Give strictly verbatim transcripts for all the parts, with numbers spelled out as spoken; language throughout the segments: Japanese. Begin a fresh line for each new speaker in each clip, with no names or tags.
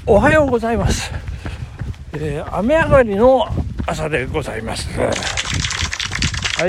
おはようございます、えー、雨上がりの朝でございます。はい、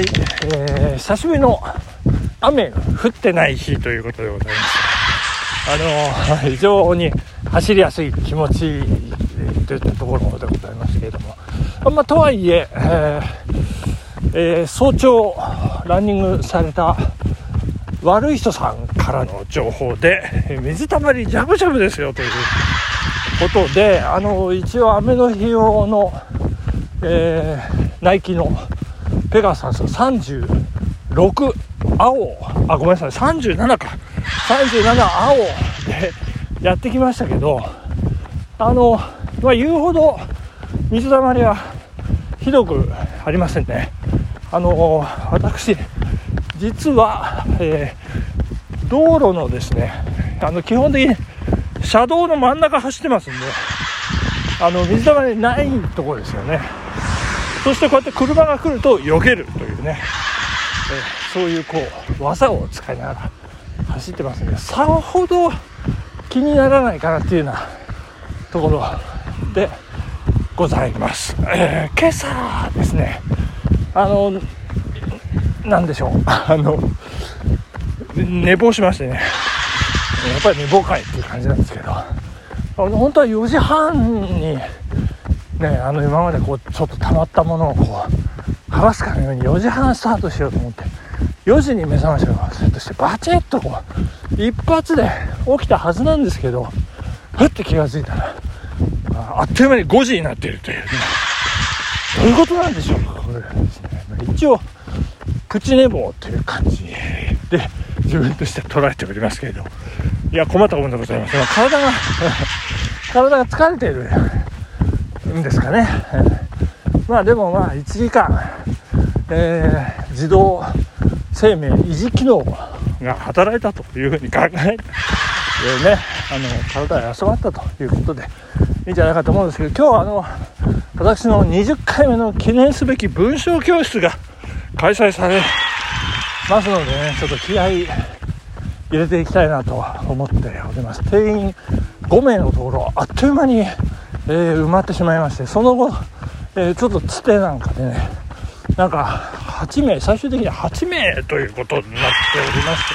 えー、久しぶりの雨降ってない日ということでございます。あの非常に走りやすい、気持ちいいといったところでございますけれども、まあ、とはいええーえー、早朝ランニングされた悪い人さんからの情報で水たまりジャブジャブですよということで、あの一応雨の日用の、えー、ナイキのペガサスさんじゅうろく青、あごめんなさいさんじゅうななかさんじゅうなな青でやってきましたけど、あの、まあ、言うほど水たまりはひどくありませんね。あの私実は、えー、道路のですね、あの基本的に車道の真ん中走ってますんで、あの水たまりないところですよね。そしてこうやって車が来ると避けるというね、えー、そういうこう技を使いながら走ってますんで、さほど気にならないかなっていうようなところでございます。えー、今朝ですね、あのなんでしょう、あの寝坊しましてね、やっぱり寝坊かいっていう感じなんですけど、本当はよじはんにね、あの今までこうちょっと溜まったものをこう晴らすかのようによじはんスタートしようと思ってよじに目覚ましをセットしてバチッとこう一発で起きたはずなんですけど、ふって気がついたらあっという間にごじになっているというね、どういうことなんでしょうかこれですね。一応プチ寝坊という感じで自分として捉えておりますけれど、いや困ったもんでございます。体が体が疲れているんですかね。まあでもまあいちじかん、えー、自動生命維持機能が働いたというふうに考えて、ね、あの体が休まったということでいいんじゃないかと思うんですけど、今日はあの私のにじゅっかいめの記念すべき文章教室が開催されますのでね、ちょっと気合い入れていきたいなと思っております。定員ごめいのところあっという間に、えー、埋まってしまいまして、その後、えー、ちょっとつてなんかでね、なんかはちめい、最終的にははちめいということになっておりまして、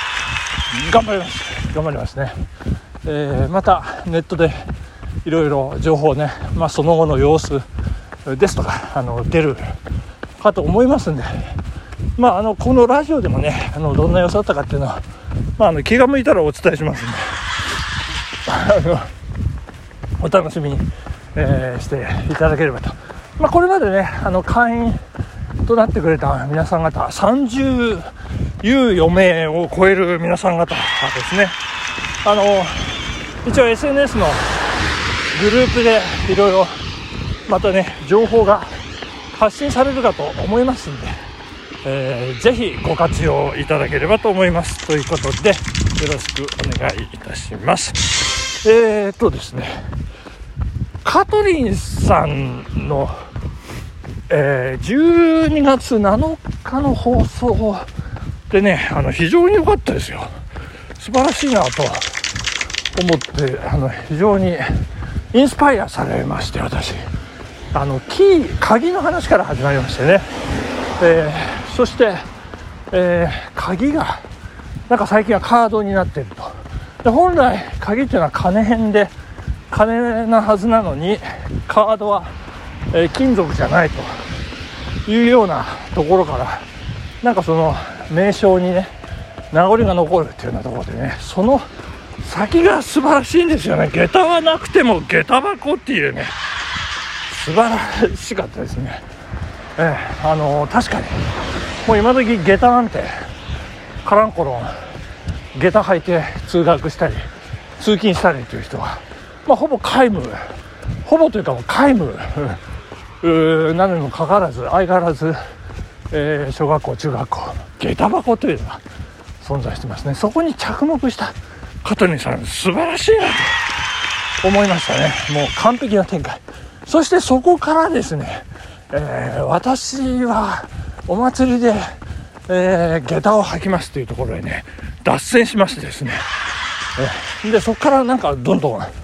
頑張ります頑張りますね。えー、またネットでいろいろ情報ね、まあ、その後の様子ですとかあの出るかと思いますんで、まあ、あのこのラジオでもね、あのどんな様子だったかっていうのは、まあ、あの気が向いたらお伝えしますんであのお楽しみに、えー、していただければと。まあ、これまでね、あの会員となってくれた皆さん方さんじゅうゆうよめいを超える皆さん方ですね、あの一応 エスエヌエス のグループでいろいろまたね情報が発信されるかと思いますんで、えー、ぜひご活用いただければと思いますということで、よろしくお願いいたします。えーっとですねカトリンさんの、えー、じゅうにがつなのかの放送でね、あの非常に良かったですよ。素晴らしいなと思って、あの非常にインスパイアされまして、私あのキー鍵の話から始まりましてね、えー、そして、えー、鍵がなんか最近はカードになっていると。で本来鍵っていうのは金編で金なはずなのに、カードは、えー、金属じゃないというようなところから、なんかその名称にね名残が残るっていうようなところでね、その先が素晴らしいんですよね。下駄はなくても下駄箱っていうね、素晴らしかったですね。えー、あのー、確かにもう今時下駄なんてカランコロン下駄履いて通学したり通勤したりという人は、まあ、ほぼ皆無、ほぼというかもう皆無なのにもかかわらず、相変わらず、えー、小学校中学校下駄箱というのが存在してますね。そこに着目したカトリンさん素晴らしいなと思いましたね。もう完璧な展開。そしてそこからですね、えー、私はお祭りで、えー、下駄を履きますというところへね脱線しましてですね、えー、でそこからなんかどんどん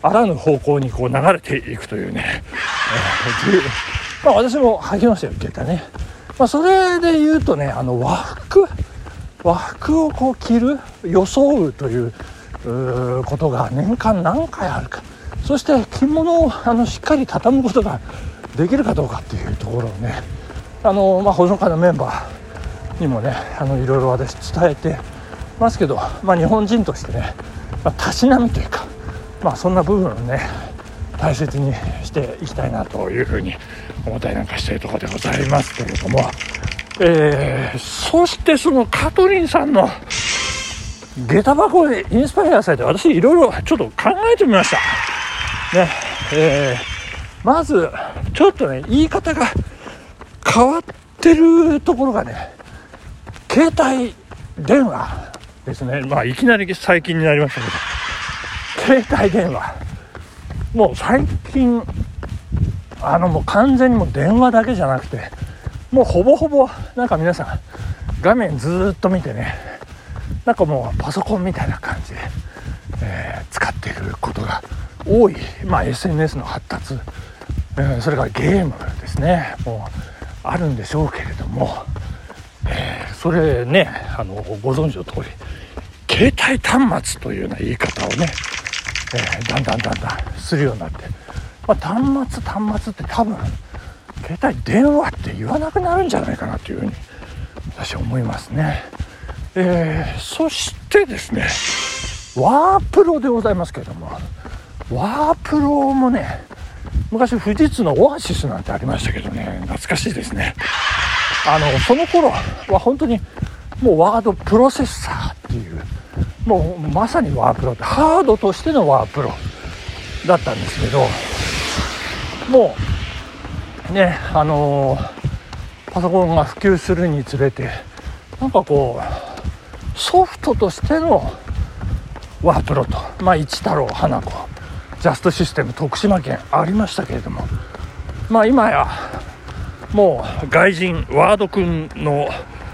あらぬ方向にこう流れていくというね、えーまあ、私も履きましたよ、下駄ね。まあ、それで言うとね、あの和服和服をこう着る装うという、うーことが年間何回あるか、そして着物をあのしっかり畳むことができるかどうかっていうところをね、あの、まあ、保存会のメンバーにもね、あのいろいろ私伝えてますけど、まあ、日本人としてね、まあ、たしなみというか、まあ、そんな部分をね大切にしていきたいなというふうに思ったりなんかしているところでございますけれども、えー、そしてそのカトリンさんの下駄箱でインスパイアされて、私いろいろちょっと考えてみましたね。えー、まずちょっとね言い方が変わってるところがね、携帯電話ですね。まあいきなり最近になりましたけど、携帯電話もう最近あのもう完全にもう電話だけじゃなくて、もうほぼほぼなんか皆さん画面ずーっと見てね、なんかもうパソコンみたいな感じで、えー、使っていることが多い。まあ エスエヌエス の発達、えー、それからゲームですね、もうあるんでしょうけれども、えー、それね、あのご存知の通り携帯端末というような言い方をね、えー、だんだんだんだんするようになって、まあ、端末端末って多分携帯電話って言わなくなるんじゃないかなというふうに私は思いますね。えー、そしてですね、ワープロでございますけれども、ワープロもね、昔富士通のオアシスなんてありましたけどね、懐かしいですね。あのその頃は本当にもうワードプロセッサーっていう、もうまさにワープロってハードとしてのワープロだったんですけど、もうね、あのー、パソコンが普及するにつれて、なんかこうソフトとしてのワープロと、まあ一太郎花子ジャストシステム徳島県ありましたけれども、まあ今やもう外人ワード君の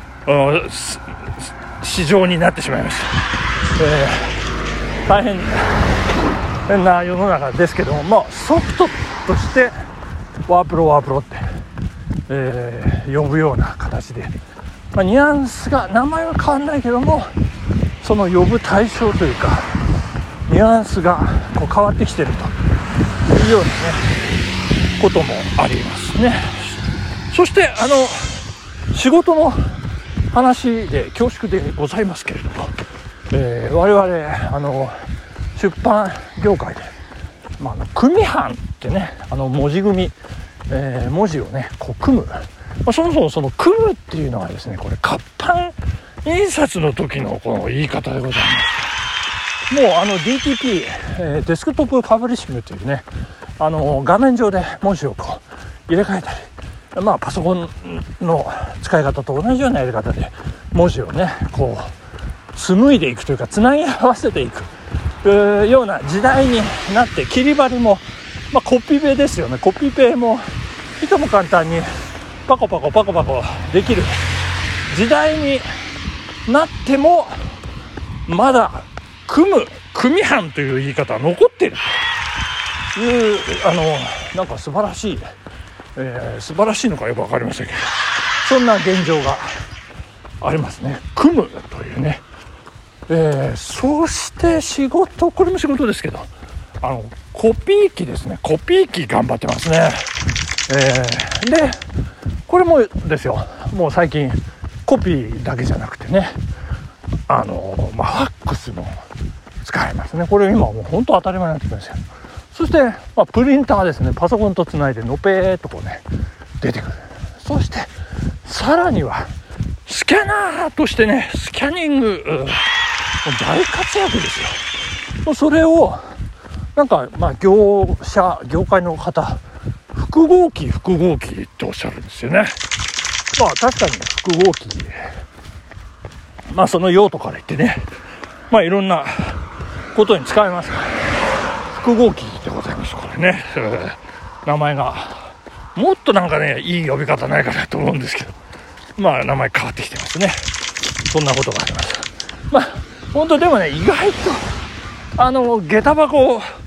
市場になってしまいました、えー、大変な世の中ですけども、まあ、ソフトとしてワープロワープロって、えー、呼ぶような形で、まあ、ニュアンスが名前は変わんないけども、その呼ぶ対象というかニュアンスがこう変わってきてるというようなねこともありますね。そしてあの仕事の話で恐縮でございますけれども、えー、我々あの出版業界で、まあ、あの組版ってね、あの文字組み、えー、文字をねこう組む、まあ、そもそもその組むっていうのはですね、これ活版印刷の時のこの言い方でございます。もうあの ディーティーピー、えー、デスクトップパブリッシングというね、あの画面上で文字をこう入れ替えたり、まあパソコンの使い方と同じようなやり方で文字をねこう紡いでいくというかつなぎ合わせていくような時代になって、切り張りも、まあ、コピペですよね。コピペもいとも簡単にパコパコパコパコできる時代になっても、まだ組む組版という言い方は残っているという、あのなんか素晴らしい、えー、素晴らしいのかよく分かりませんけど、そんな現状がありますね。組むというね、えー、そして仕事、これも仕事ですけど、あのコピー機ですね。コピー機頑張ってますね。えー、でこれもですよ、もう最近コピーだけじゃなくてね、あの、まあ、ファックスも使えますね。これ今もう本当当たり前になってきましたよ。そして、まあ、プリンターですね。パソコンとつないでのぺーっとこうね出てくる。そしてさらにはスキャナーとしてね、スキャニング、うん、大活躍ですよ。それをなんかまあ業者業界の方、複合機複合機っておっしゃるんですよね。まあ確かに複合機、まあその用途から言ってね、まあいろんなことに使えますから、複合機でございます。これね、えー、名前がもっとなんかねいい呼び方ないかなと思うんですけど、まあ名前変わってきてますね。そんなことがあります。まあ本当でもね、意外とあの下駄箱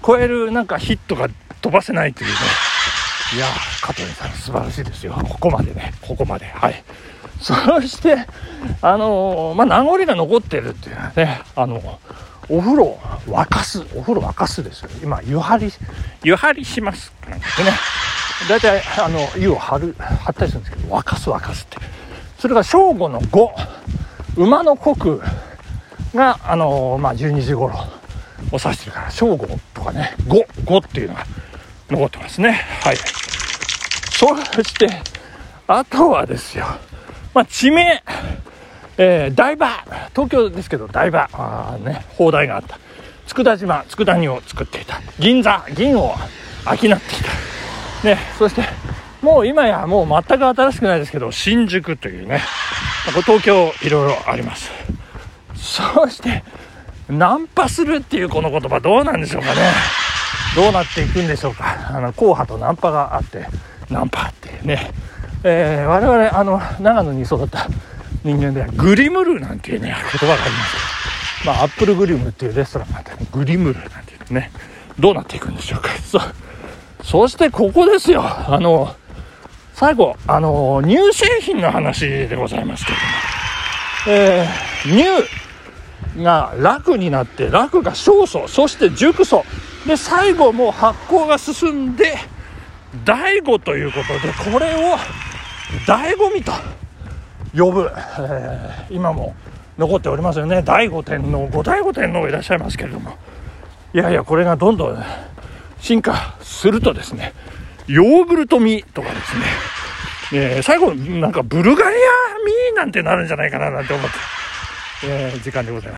超えるなんかヒットが飛ばせないというね。いや加藤さん素晴らしいですよ。ここまでね、ここまで。はい。そしてあのー、まあ名残が残ってるっていうのはね、あのお風呂沸かすお風呂沸かすですよ。今湯張り湯張りしますなんてね。だいたいあの湯を張る張ったりするんですけど、沸かす沸かすって、それが正午のご、馬の刻があのー、まあじゅうにじ頃を指してるから、正午とかね、ご、ごっていうのが残ってますね。はい。そしてあとはですよ、まあ地名、えー、台場、東京ですけど台場、あね、砲台があった。佃島、佃煮を作っていた。銀座、銀を商っていた。ね、そしてもう今やもう全く新しくないですけど、新宿というね、東京いろいろあります。そしてナンパするっていうこの言葉どうなんでしょうかね。どうなっていくんでしょうか。あの硬派とナンパがあって、ナンパっていうね、えー、我々あの長野に育った人間ではグリムルなんていうね言葉がありますけど、まあアップルグリムっていうレストランがあって、グリムルなんていうね、どうなっていくんでしょうか。そ, そしてここですよ、あの最後あの乳製品の話でございますけども、えー、乳が楽になって、楽が勝訴、そして熟訴で、最後もう発酵が進んで醍醐ということで、これを醍醐味と呼ぶ、えー、今も残っておりますよね。醍醐天皇、後醍醐天皇いらっしゃいますけれども、いやいやこれがどんどん進化するとですね、ヨーグルト味とかですね、えー、最後なんかブルガリア味なんてなるんじゃないかななんて思って、えー、時間でございます。